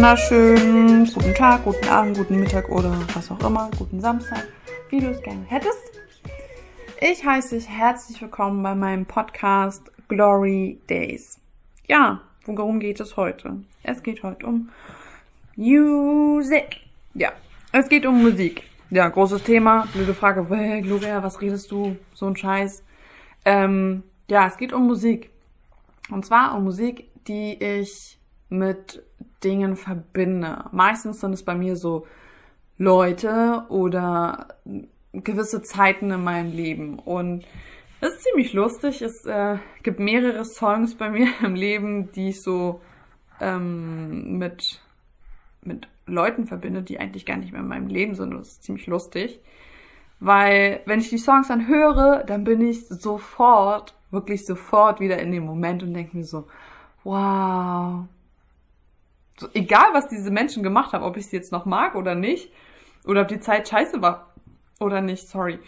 wunderschönen guten Tag, guten Abend, guten Mittag oder was auch immer, guten Samstag, wie du es gerne hättest. Ich heiße dich herzlich willkommen bei meinem Podcast Glory Days. Ja, worum geht es heute? Es geht heute um Music. Ja, es geht um Musik. Ja, großes Thema, blöde Frage, Gloria, was redest du? So ein Scheiß. Ja, es geht um Musik. Und zwar um Musik, die ich mit Dingen verbinde. Meistens sind es bei mir so Leute oder gewisse Zeiten in meinem Leben. Und es ist ziemlich lustig. Es gibt mehrere Songs bei mir im Leben, die ich so mit Leuten verbinde, die eigentlich gar nicht mehr in meinem Leben sind. Und das ist ziemlich lustig. Weil, wenn ich die Songs dann höre, dann bin ich wirklich sofort wieder in dem Moment und denke mir so, wow. So, egal, was diese Menschen gemacht haben, ob ich sie jetzt noch mag oder nicht, oder ob die Zeit scheiße war oder nicht, sorry.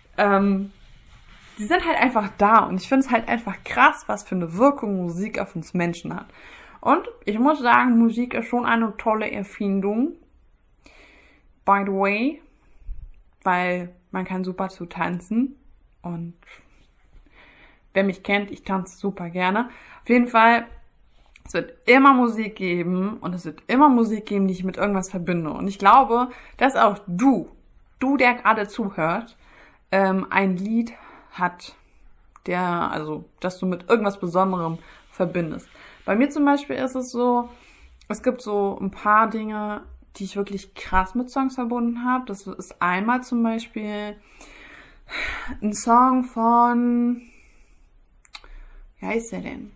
Die sind halt einfach da und ich finde es halt einfach krass, was für eine Wirkung Musik auf uns Menschen hat. Und ich muss sagen, Musik ist schon eine tolle Erfindung. By the way, weil man kann super zu tanzen und wer mich kennt, ich tanze super gerne. Auf jeden Fall, es wird immer Musik geben und es wird immer Musik geben, die ich mit irgendwas verbinde. Und ich glaube, dass auch du, der gerade zuhört, ein Lied hat, dass du mit irgendwas Besonderem verbindest. Bei mir zum Beispiel ist es so, es gibt so ein paar Dinge, die ich wirklich krass mit Songs verbunden habe. Das ist einmal zum Beispiel ein Song von, wie heißt der denn?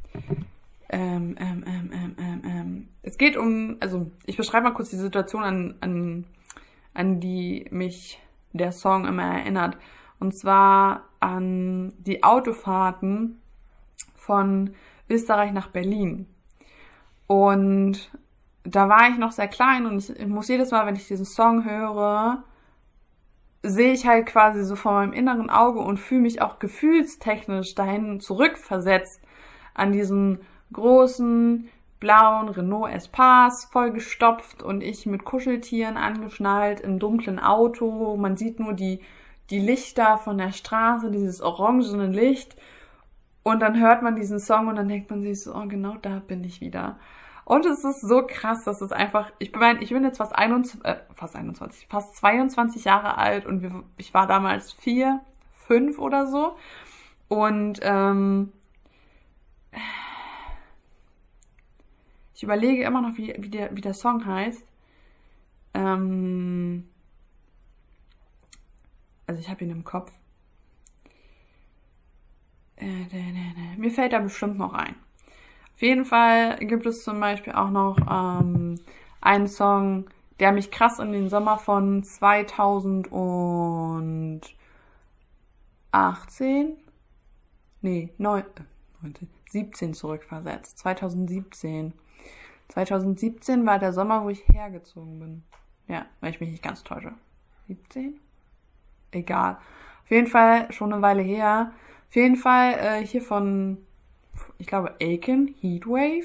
Es geht um, also ich beschreibe mal kurz die Situation, an die mich der Song immer erinnert. Und zwar an die Autofahrten von Österreich nach Berlin. Und da war ich noch sehr klein und ich muss jedes Mal, wenn ich diesen Song höre, sehe ich halt quasi so vor meinem inneren Auge und fühle mich auch gefühlstechnisch dahin zurückversetzt an diesen großen, blauen Renault Espace, vollgestopft und ich mit Kuscheltieren angeschnallt im dunklen Auto. Man sieht nur die Lichter von der Straße, dieses orangene Licht. Und dann hört man diesen Song und dann denkt man sich so, oh, genau da bin ich wieder. Und es ist so krass, dass es einfach, ich bin jetzt fast 22 Jahre alt und ich war damals 4, 5 oder so. Und ich überlege immer noch, wie der Song heißt. Also ich habe ihn im Kopf. Mir fällt da bestimmt noch ein. Auf jeden Fall gibt es zum Beispiel auch noch einen Song, der mich krass in den Sommer von 17 zurückversetzt. 2017. 2017 war der Sommer, wo ich hergezogen bin. Ja, wenn ich mich nicht ganz täusche. 17? Egal. Auf jeden Fall schon eine Weile her. Auf jeden Fall hier von, ich glaube, Aiken, Heatwave.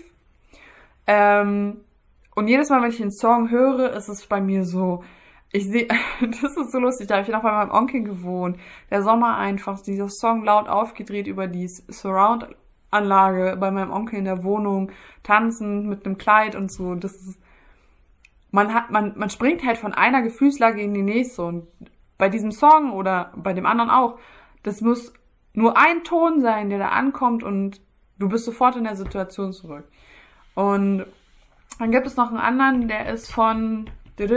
Und jedes Mal, wenn ich den Song höre, ist es bei mir so, das ist so lustig, da habe ich noch bei meinem Onkel gewohnt. Der Sommer einfach, dieser Song laut aufgedreht über die Surround-Anlage bei meinem Onkel in der Wohnung, tanzen mit einem Kleid und so. Das ist, man springt halt von einer Gefühlslage in die nächste und bei diesem Song oder bei dem anderen auch, das muss nur ein Ton sein, der da ankommt und du bist sofort in der Situation zurück. Und dann gibt es noch einen anderen, der ist von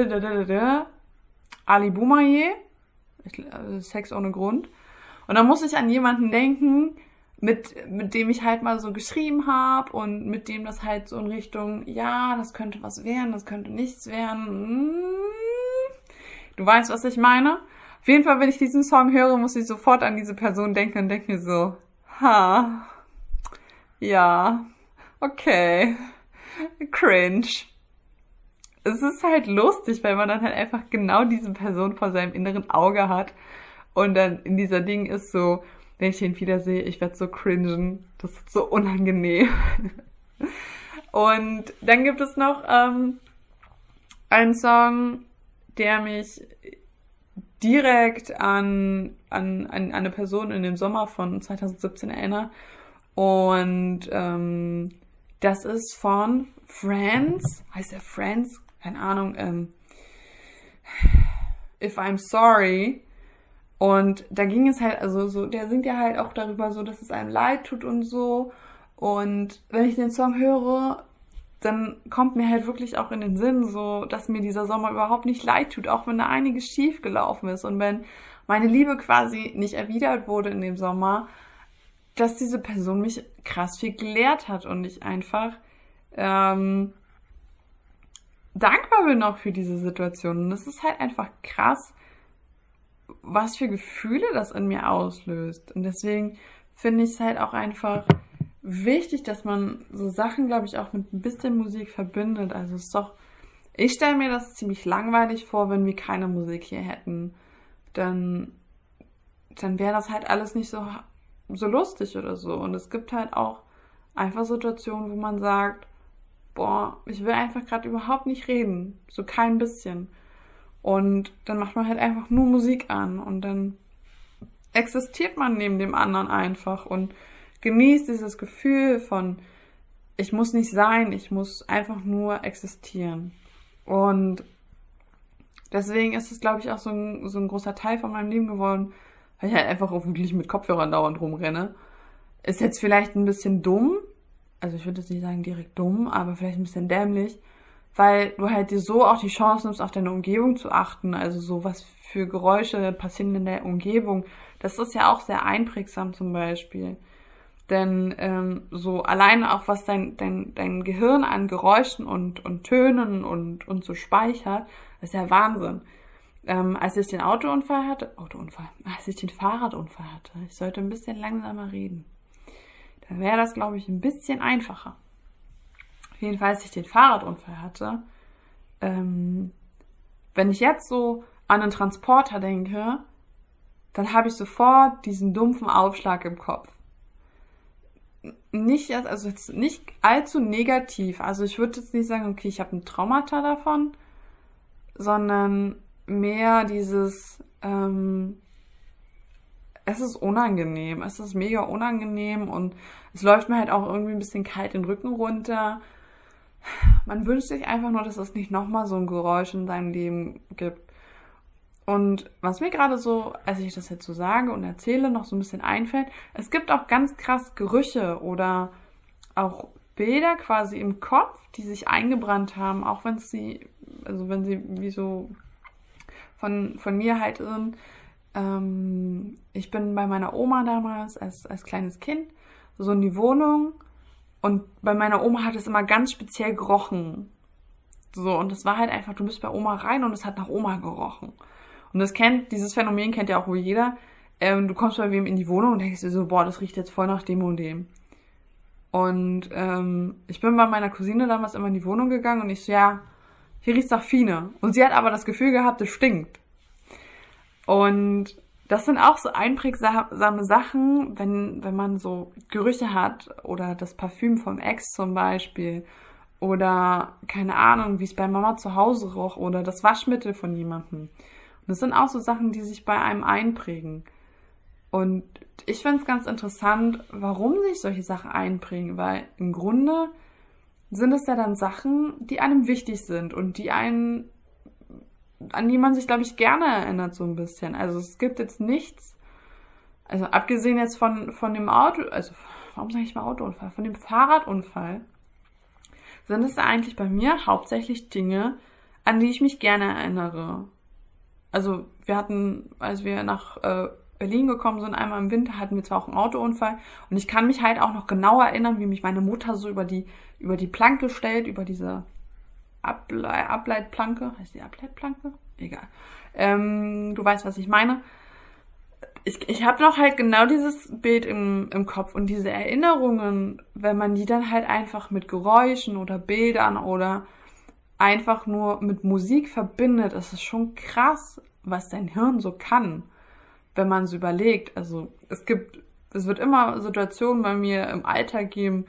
Ali Boumaier, Sex ohne Grund. Und da muss ich an jemanden denken, mit dem ich halt mal so geschrieben habe und mit dem das halt so in Richtung, ja, das könnte was werden, das könnte nichts werden. Du weißt, was ich meine? Auf jeden Fall, wenn ich diesen Song höre, muss ich sofort an diese Person denken und denke mir so, ja, okay, cringe. Es ist halt lustig, weil man dann halt einfach genau diese Person vor seinem inneren Auge hat und dann in dieser Ding ist so, wenn ich den wiedersehe, ich werde so cringen, das ist so unangenehm. Und dann gibt es noch einen Song, der mich direkt an eine Person in dem Sommer von 2017 erinnert. Und das ist von Friends. Heißt der Friends? Keine Ahnung. If I'm Sorry. Und da ging es halt, also so, der singt ja halt auch darüber so, dass es einem leid tut und so. Und wenn ich den Song höre, dann kommt mir halt wirklich auch in den Sinn so, dass mir dieser Sommer überhaupt nicht leid tut, auch wenn da einiges schief gelaufen ist. Und wenn meine Liebe quasi nicht erwidert wurde in dem Sommer, dass diese Person mich krass viel gelehrt hat und ich einfach dankbar bin auch für diese Situation. Und es ist halt einfach krass, was für Gefühle das in mir auslöst. Und deswegen finde ich es halt auch einfach wichtig, dass man so Sachen, glaube ich, auch mit ein bisschen Musik verbindet. Also es ist doch, ich stelle mir das ziemlich langweilig vor, wenn wir keine Musik hier hätten. Dann wäre das halt alles nicht so lustig oder so. Und es gibt halt auch einfach Situationen, wo man sagt, boah, ich will einfach gerade überhaupt nicht reden. So kein bisschen. Und dann macht man halt einfach nur Musik an und dann existiert man neben dem anderen einfach und genießt dieses Gefühl von, ich muss nicht sein, ich muss einfach nur existieren. Und deswegen ist es, glaube ich, auch so ein großer Teil von meinem Leben geworden, weil ich halt einfach auch wirklich mit Kopfhörern dauernd rumrenne. Ist jetzt vielleicht ein bisschen dumm, also ich würde jetzt nicht sagen direkt dumm, aber vielleicht ein bisschen dämlich, weil du halt dir so auch die Chance nimmst, auf deine Umgebung zu achten, also so was für Geräusche passieren in der Umgebung. Das ist ja auch sehr einprägsam zum Beispiel. Denn so alleine auch was dein Gehirn an Geräuschen und Tönen und so speichert, das ist ja Wahnsinn. Als ich den als ich den Fahrradunfall hatte, ich sollte ein bisschen langsamer reden, dann wäre das, glaube ich, ein bisschen einfacher. Jedenfalls, als ich den Fahrradunfall hatte, wenn ich jetzt so an einen Transporter denke, dann habe ich sofort diesen dumpfen Aufschlag im Kopf. Also jetzt nicht allzu negativ. Also ich würde jetzt nicht sagen, okay, ich habe ein Traumata davon, sondern mehr dieses, es ist unangenehm. Es ist mega unangenehm und es läuft mir halt auch irgendwie ein bisschen kalt den Rücken runter. Man wünscht sich einfach nur, dass es nicht nochmal so ein Geräusch in seinem Leben gibt. Und was mir gerade so, als ich das jetzt so sage und erzähle, noch so ein bisschen einfällt, es gibt auch ganz krass Gerüche oder auch Bilder quasi im Kopf, die sich eingebrannt haben, auch wenn sie wie so von mir halt sind. Ich bin bei meiner Oma damals als kleines Kind so in die Wohnung und bei meiner Oma hat es immer ganz speziell gerochen. So, und das war halt einfach, du bist bei Oma rein und es hat nach Oma gerochen. Und dieses Phänomen kennt ja auch wohl jeder. Du kommst bei wem in die Wohnung und denkst dir so, boah, das riecht jetzt voll nach dem und dem. Und ich bin bei meiner Cousine damals immer in die Wohnung gegangen und ich so, ja, hier riecht's nach Fine. Und sie hat aber das Gefühl gehabt, es stinkt. Und das sind auch so einprägsame Sachen, wenn man so Gerüche hat oder das Parfüm vom Ex zum Beispiel oder keine Ahnung, wie es bei Mama zu Hause roch oder das Waschmittel von jemandem. Und das sind auch so Sachen, die sich bei einem einprägen. Und ich finde es ganz interessant, warum sich solche Sachen einprägen, weil im Grunde sind es ja dann Sachen, die einem wichtig sind und an die man sich, glaube ich, gerne erinnert so ein bisschen. Also es gibt jetzt nichts, also abgesehen jetzt von dem warum sage ich mal Autounfall? Von dem Fahrradunfall sind es eigentlich bei mir hauptsächlich Dinge, an die ich mich gerne erinnere. Also wir hatten, als wir nach Berlin gekommen sind, einmal im Winter, hatten wir zwar auch einen Autounfall und ich kann mich halt auch noch genau erinnern, wie mich meine Mutter so über die Planke stellt, über diese Ableitplanke. Heißt die Ableitplanke? Egal. Du weißt, was ich meine. Ich habe noch halt genau dieses Bild im Kopf und diese Erinnerungen, wenn man die dann halt einfach mit Geräuschen oder Bildern oder einfach nur mit Musik verbindet, ist es schon krass, was dein Hirn so kann, wenn man so überlegt. Also es wird immer Situationen bei mir im Alltag geben,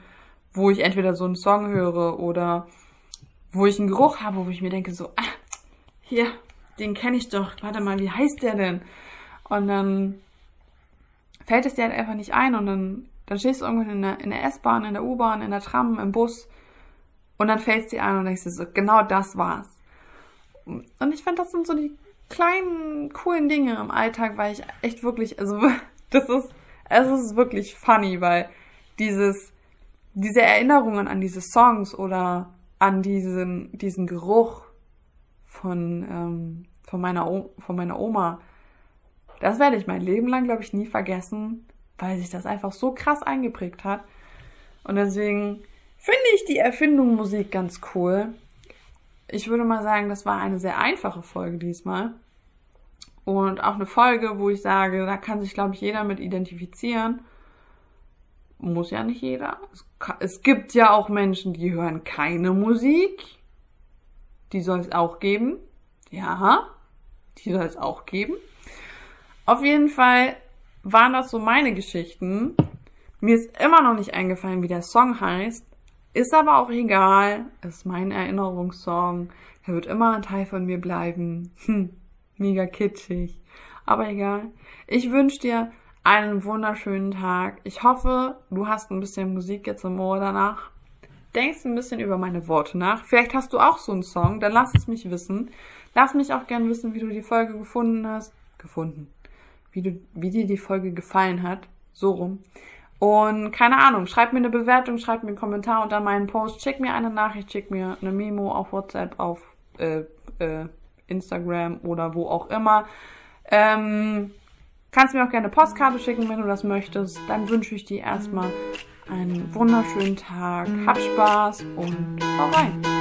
wo ich entweder so einen Song höre oder wo ich einen Geruch habe, wo ich mir denke so, hier, den kenne ich doch, warte mal, wie heißt der denn? Und dann fällt es dir halt einfach nicht ein und dann stehst du irgendwann in der S-Bahn, in der U-Bahn, in der Tram, im Bus und dann fällt es dir ein und denkst dir so, genau das war's. Und ich finde, das sind so die kleinen, coolen Dinge im Alltag, weil ich echt wirklich, also es ist wirklich funny, weil diese Erinnerungen an diese Songs oder an diesen Geruch von meiner Oma, das werde ich mein Leben lang, glaube ich, nie vergessen, weil sich das einfach so krass eingeprägt hat. Und deswegen finde ich die Erfindung Musik ganz cool. Ich würde mal sagen, das war eine sehr einfache Folge diesmal. Und auch eine Folge, wo ich sage, da kann sich, glaube ich, jeder mit identifizieren. Muss ja nicht jeder. Es gibt ja auch Menschen, die hören keine Musik. Die soll es auch geben. Ja, die soll es auch geben. Auf jeden Fall waren das so meine Geschichten. Mir ist immer noch nicht eingefallen, wie der Song heißt. Ist aber auch egal. Ist mein Erinnerungssong. Der wird immer ein Teil von mir bleiben. Mega kitschig. Aber egal. Ich wünsche dir einen wunderschönen Tag. Ich hoffe, du hast ein bisschen Musik jetzt im Ohr danach. Denkst ein bisschen über meine Worte nach. Vielleicht hast du auch so einen Song. Dann lass es mich wissen. Lass mich auch gerne wissen, wie du die Folge gefunden hast. Wie dir die Folge gefallen hat. So rum. Und keine Ahnung, schreib mir eine Bewertung, schreib mir einen Kommentar unter meinen Post, schick mir eine Nachricht, schick mir eine Memo auf WhatsApp, auf Instagram oder wo auch immer. Kannst mir auch gerne eine Postkarte schicken, wenn du das möchtest. Dann wünsche ich dir erstmal einen wunderschönen Tag. Hab Spaß und hau rein.